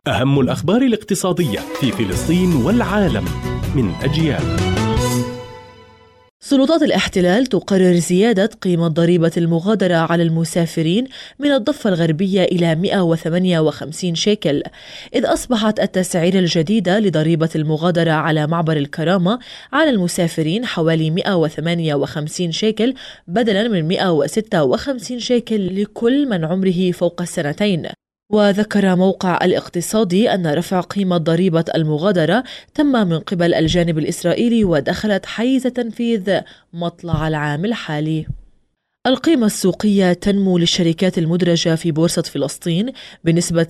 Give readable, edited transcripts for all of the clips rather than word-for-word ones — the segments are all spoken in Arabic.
أهم الأخبار الاقتصادية في فلسطين والعالم من أجيال. سلطات الاحتلال تقرر زيادة قيمة ضريبة المغادرة على المسافرين من الضفة الغربية إلى 158 شيكل، إذ أصبحت التسعيرة الجديدة لضريبة المغادرة على معبر الكرامة على المسافرين حوالي 158 شيكل بدلاً من 156 شيكل لكل من عمره فوق السنتين. وذكر موقع الاقتصادي أن رفع قيمة ضريبة المغادرة تم من قبل الجانب الإسرائيلي ودخلت حيز تنفيذ مطلع العام الحالي. القيمة السوقية تنمو للشركات المدرجة في بورصة فلسطين بنسبة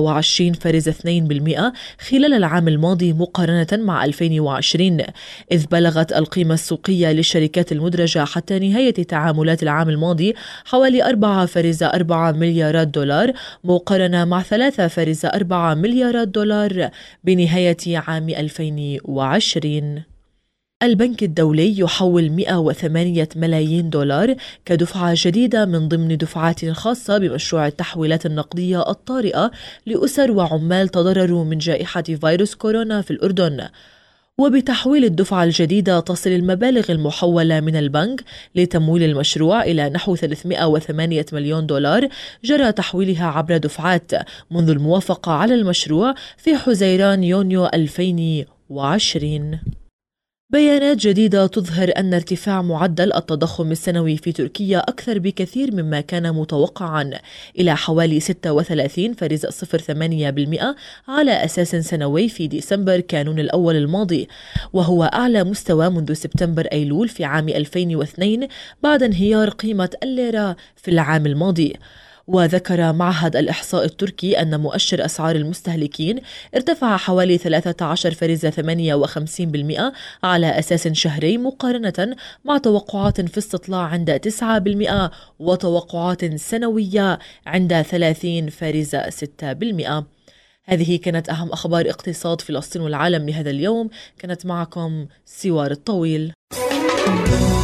27.2% خلال العام الماضي مقارنة مع 2020، إذ بلغت القيمة السوقية للشركات المدرجة حتى نهاية تعاملات العام الماضي حوالي 4.4 مليارات دولار مقارنة مع 3.4 مليارات دولار بنهاية عام 2020. البنك الدولي يحول 108 ملايين دولار كدفعة جديدة من ضمن دفعات خاصة بمشروع التحويلات النقدية الطارئة لأسر وعمال تضرروا من جائحة فيروس كورونا في الأردن. وبتحويل الدفعة الجديدة تصل المبالغ المحولة من البنك لتمويل المشروع إلى نحو 308 مليون دولار جرى تحويلها عبر دفعات منذ الموافقة على المشروع في حزيران يونيو 2020. بيانات جديدة تظهر أن ارتفاع معدل التضخم السنوي في تركيا أكثر بكثير مما كان متوقعا إلى حوالي 36.08% على أساس سنوي في ديسمبر كانون الأول الماضي، وهو أعلى مستوى منذ سبتمبر أيلول في عام 2002 بعد انهيار قيمة الليرة في العام الماضي. وذكر معهد الإحصاء التركي أن مؤشر أسعار المستهلكين ارتفع حوالي 13.58% على أساس شهري مقارنة مع توقعات في استطلاع عند 9% وتوقعات سنوية عند 30.6%. هذه كانت أهم أخبار اقتصاد فلسطين والعالم لهذا اليوم. كانت معكم سوار الطويل.